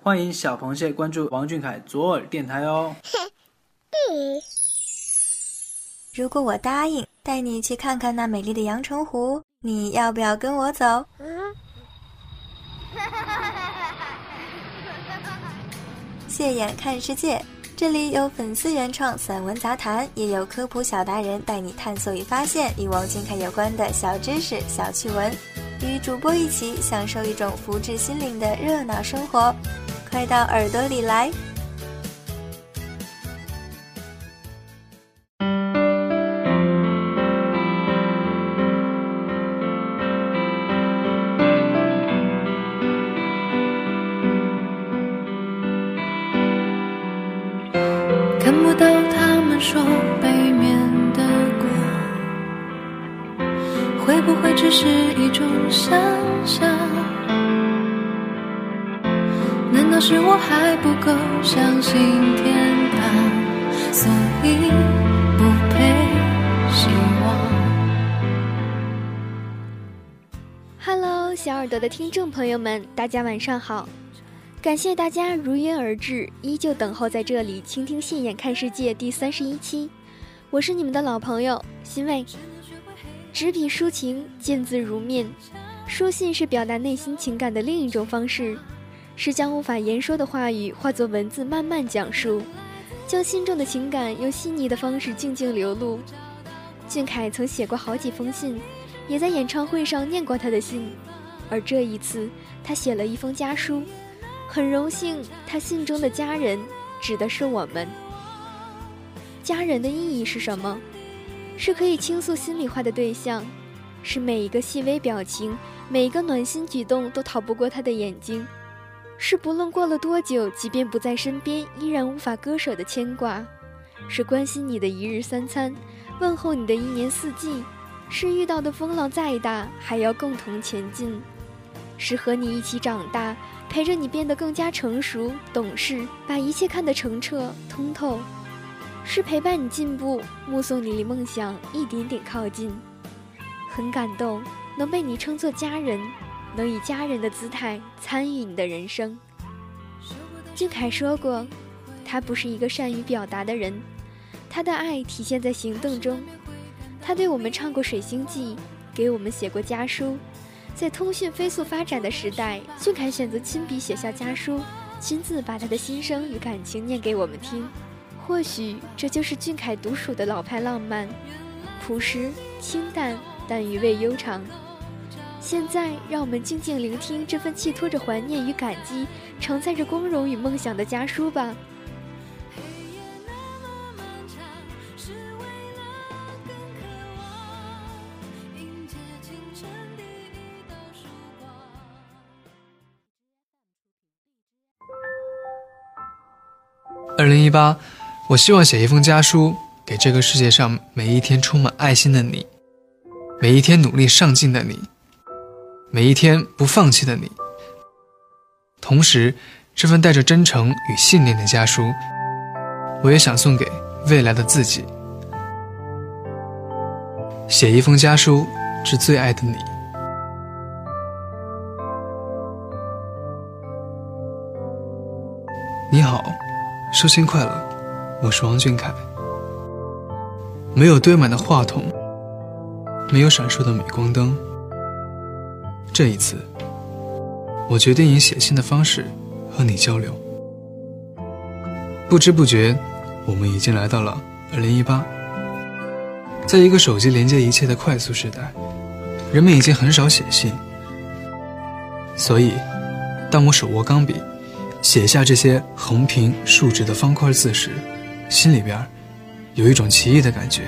欢迎小螃蟹关注王俊凯左耳电台哦。 如果我答应带你去看看那美丽的阳澄湖，你要不要跟我走？蟹眼看世界，这里有粉丝原创散文杂谈，也有科普小达人带你探索与发现与王俊凯有关的小知识、小趣闻，与主播一起享受一种福至心灵的热闹生活。快到耳朵里来！ 看不到他们说背面的光，会不会只是一种想象？难道是我还不够相信天堂，所以不配希望。 Hello， 小耳朵的听众朋友们，大家晚上好。感谢大家如约而至，依旧等候在这里倾听《蟹眼看世界》第31期，我是你们的老朋友欣慰。执笔抒情，见字如面，书信是表达内心情感的另一种方式，是将无法言说的话语化作文字慢慢讲述，将心中的情感用细腻的方式静静流露。俊凯曾写过好几封信，也在演唱会上念过他的信，而这一次他写了一封家书。很荣幸，他信中的家人指的是我们。家人的意义是什么？是可以倾诉心里话的对象，是每一个细微表情，每一个暖心举动都逃不过他的眼睛，是不论过了多久，即便不在身边，依然无法割舍的牵挂，是关心你的一日三餐，问候你的一年四季，是遇到的风浪再大，还要共同前进，是和你一起长大，陪着你变得更加成熟懂事，把一切看得澄澈通透，是陪伴你进步，目送你离梦想一点点靠近。很感动能被你称作家人，能以家人的姿态参与你的人生。俊凯说过，他不是一个善于表达的人，他的爱体现在行动中。他对我们唱过《水星记》，给我们写过家书。在通讯飞速发展的时代，俊凯选择亲笔写下家书，亲自把他的心声与感情念给我们听。或许这就是俊凯独属的老派浪漫，朴实清淡，但余味悠长。现在让我们静静聆听这份寄托着怀念与感激，承载着光荣与梦想的家书吧。 2018，我希望写一封家书给这个世界上每一天充满爱心的你，每一天努力上进的你，每一天不放弃的你。同时，这份带着真诚与信念的家书，我也想送给未来的自己。写一封家书致最爱的你。你好，寿星快乐，我是王俊凯。没有堆满的话筒，没有闪烁的镁光灯，这一次我决定以写信的方式和你交流。不知不觉我们已经来到了2018。在一个手机连接一切的快速时代，人们已经很少写信，所以当我手握钢笔写下这些横平竖直的方块字时，心里边有一种奇异的感觉。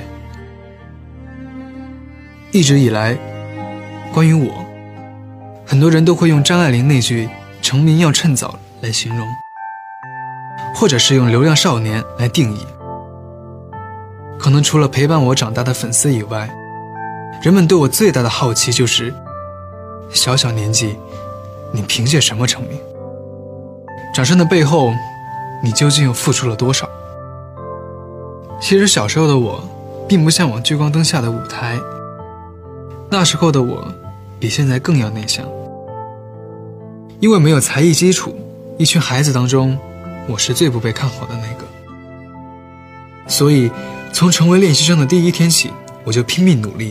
一直以来，关于我，很多人都会用张爱玲那句成名要趁早来形容，或者是用流量少年来定义。可能除了陪伴我长大的粉丝以外，人们对我最大的好奇就是，小小年纪你凭借什么成名？掌声的背后，你究竟又付出了多少？其实小时候的我并不向往聚光灯下的舞台，那时候的我比现在更要内向。因为没有才艺基础， 一群孩子当中，我是最不被看好的那个。所以从成为练习生的第一天起，我就拼命努力。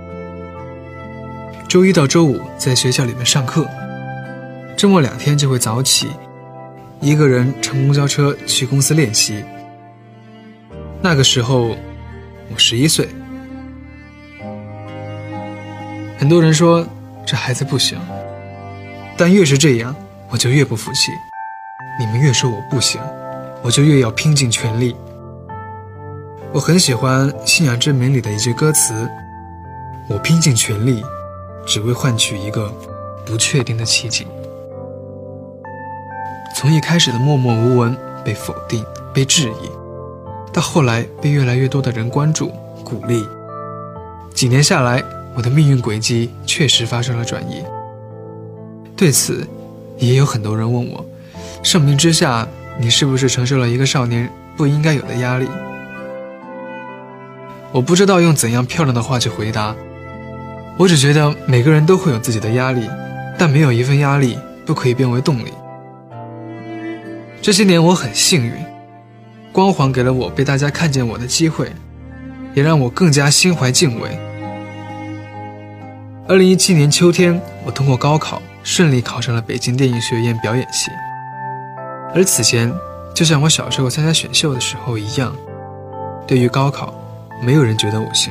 周一到周五在学校里面上课，周末2天就会早起，一个人乘公交车去公司练习。那个时候我11岁。很多人说这孩子不行，但越是这样，我就越不服气。你们越说我不行，我就越要拼尽全力。我很喜欢《信仰之门》里的一句歌词，我拼尽全力，只为换取一个不确定的奇迹。从一开始的默默无闻，被否定，被质疑，到后来被越来越多的人关注、鼓励。几年下来，我的命运轨迹确实发生了转移。对此，也有很多人问我，盛名之下，你是不是承受了一个少年不应该有的压力？我不知道用怎样漂亮的话去回答，我只觉得每个人都会有自己的压力，但没有一份压力不可以变为动力。这些年我很幸运，光环给了我被大家看见我的机会，也让我更加心怀敬畏。2017年秋天，我通过高考顺利考上了北京电影学院表演系。而此前，就像我小时候参加选秀的时候一样，对于高考，没有人觉得我行。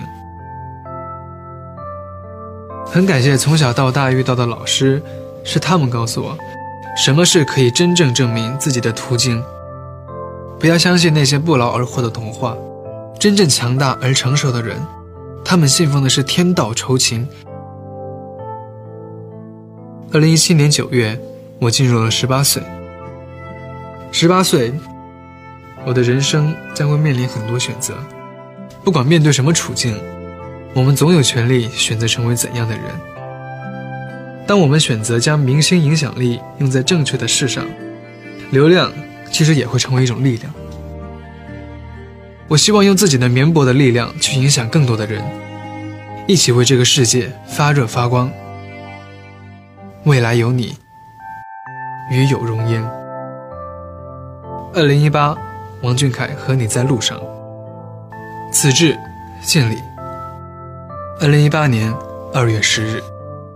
很感谢从小到大遇到的老师，是他们告诉我，什么是可以真正证明自己的途径。不要相信那些不劳而获的童话，真正强大而成熟的人，他们信奉的是天道酬勤。2017年9月，我进入了18岁。18岁，我的人生将会面临很多选择。不管面对什么处境，我们总有权利选择成为怎样的人。当我们选择将明星影响力用在正确的事上，流量其实也会成为一种力量。我希望用自己的绵薄的力量去影响更多的人，一起为这个世界发热发光。未来有你，与有荣焉。2018，王俊凯和你在路上。此致敬礼。2018年2月10日。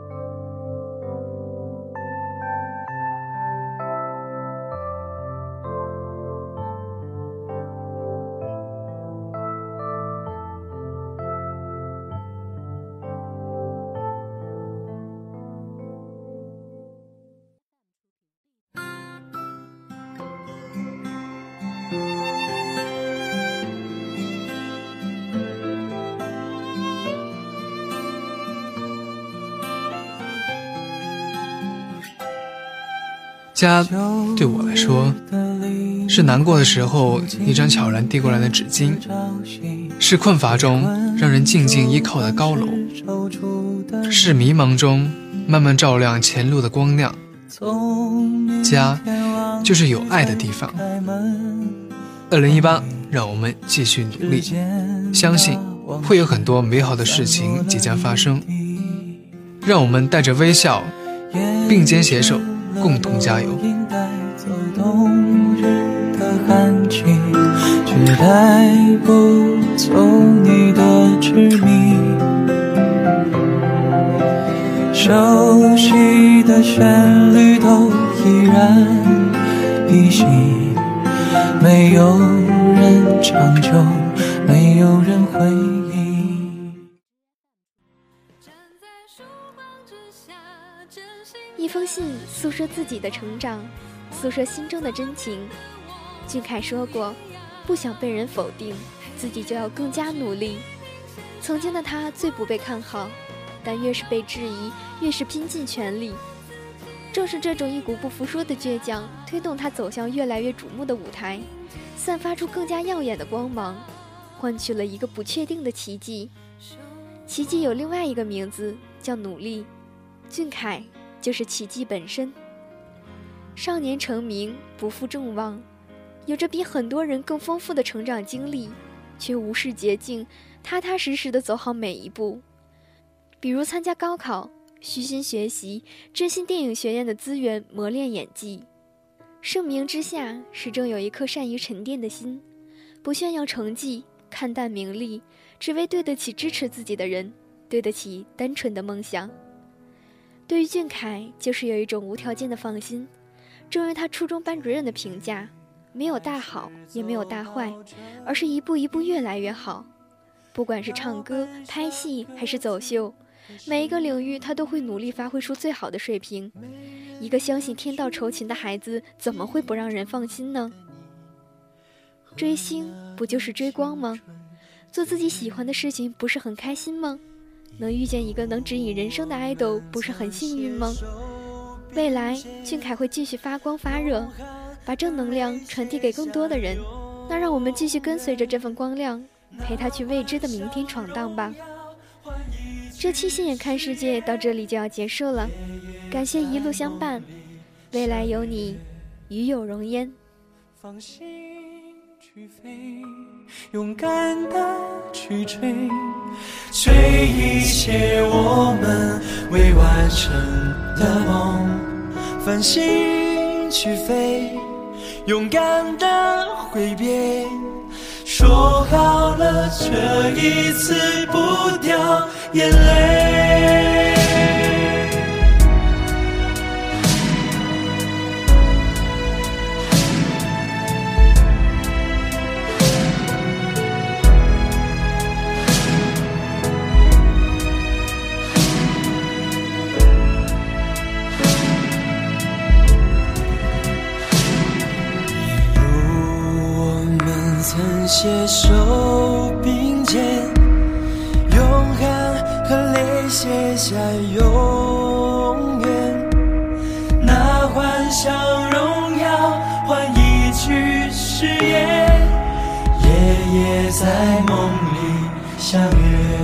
家对我来说，是难过的时候一张悄然递过来的纸巾，是困乏中让人静静依靠的高楼，是迷茫中慢慢照亮前路的光亮。家就是有爱的地方。2018，让我们继续努力，相信会有很多美好的事情即将发生。让我们带着微笑，并肩携手，共同加油。 走冬日的寒气，却带不走你的痴迷。熟悉的旋律都依然依稀，没有人长久，没有人回忆。 一封信诉说自己的成长，诉说心中的真情。俊凯说过，不想被人否定，自己就要更加努力。曾经的他最不被看好，但越是被质疑，越是拼尽全力。正是这种一股不服输的倔强，推动他走向越来越瞩目的舞台，散发出更加耀眼的光芒，换取了一个不确定的奇迹。奇迹有另外一个名字，叫努力。俊凯就是奇迹本身。少年成名，不负众望，有着比很多人更丰富的成长经历，却无视捷径，踏踏实实地走好每一步。比如参加高考，虚心学习，珍惜电影学院的资源，磨练演技。 盛名之下，始终有一颗善于沉淀的心，不炫耀成绩，看淡名利，只为对得起支持自己的人，对得起单纯的梦想。对于俊凯，就是有一种无条件的放心。正如他初中班主任的评价，没有大好，也没有大坏，而是一步一步越来越好。不管是唱歌、拍戏还是走秀，每一个领域他都会努力发挥出最好的水平。一个相信天道酬勤的孩子，怎么会不让人放心呢？追星不就是追光吗？做自己喜欢的事情不是很开心吗？能遇见一个能指引人生的爱豆，不是很幸运吗？未来俊凯会继续发光发热，把正能量传递给更多的人。那让我们继续跟随着这份光亮，陪他去未知的明天闯荡吧。这期信眼看世界到这里就要结束了，感谢一路相伴，未来有你，与有荣焉。 放心去飞，勇敢的去追，追一切我们未完成的梦。放心去飞，勇敢的挥别，说好了这一次不掉眼泪。曾携手并肩，勇敢和泪写下永远。那幻想荣耀换一句誓言，夜夜在梦里相约。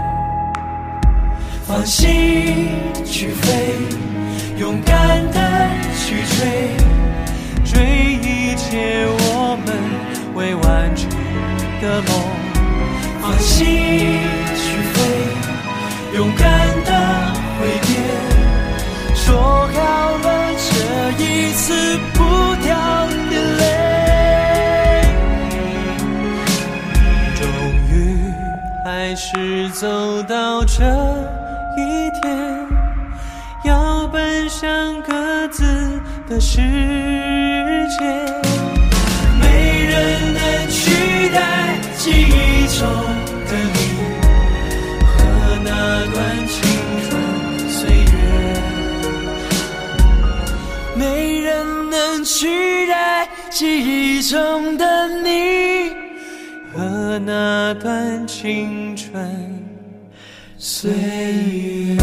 放心去飞，勇敢的去追，追一切我们未完成的梦。放心去飞，勇敢的挥别，说好了这一次不掉眼泪。终于还是走到这一天，要奔向各自的世界。没人能取代记忆中的你和那段青春岁月。没人能取代记忆中的你和那段青春岁月。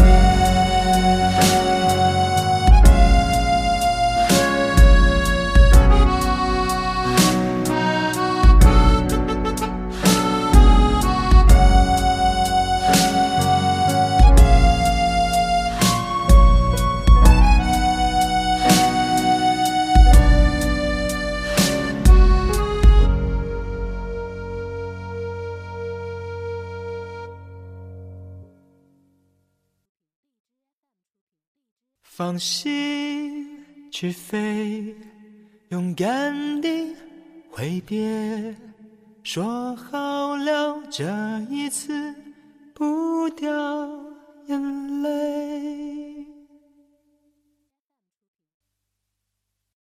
放心去飞，勇敢地挥别，说好了这一次不掉眼泪。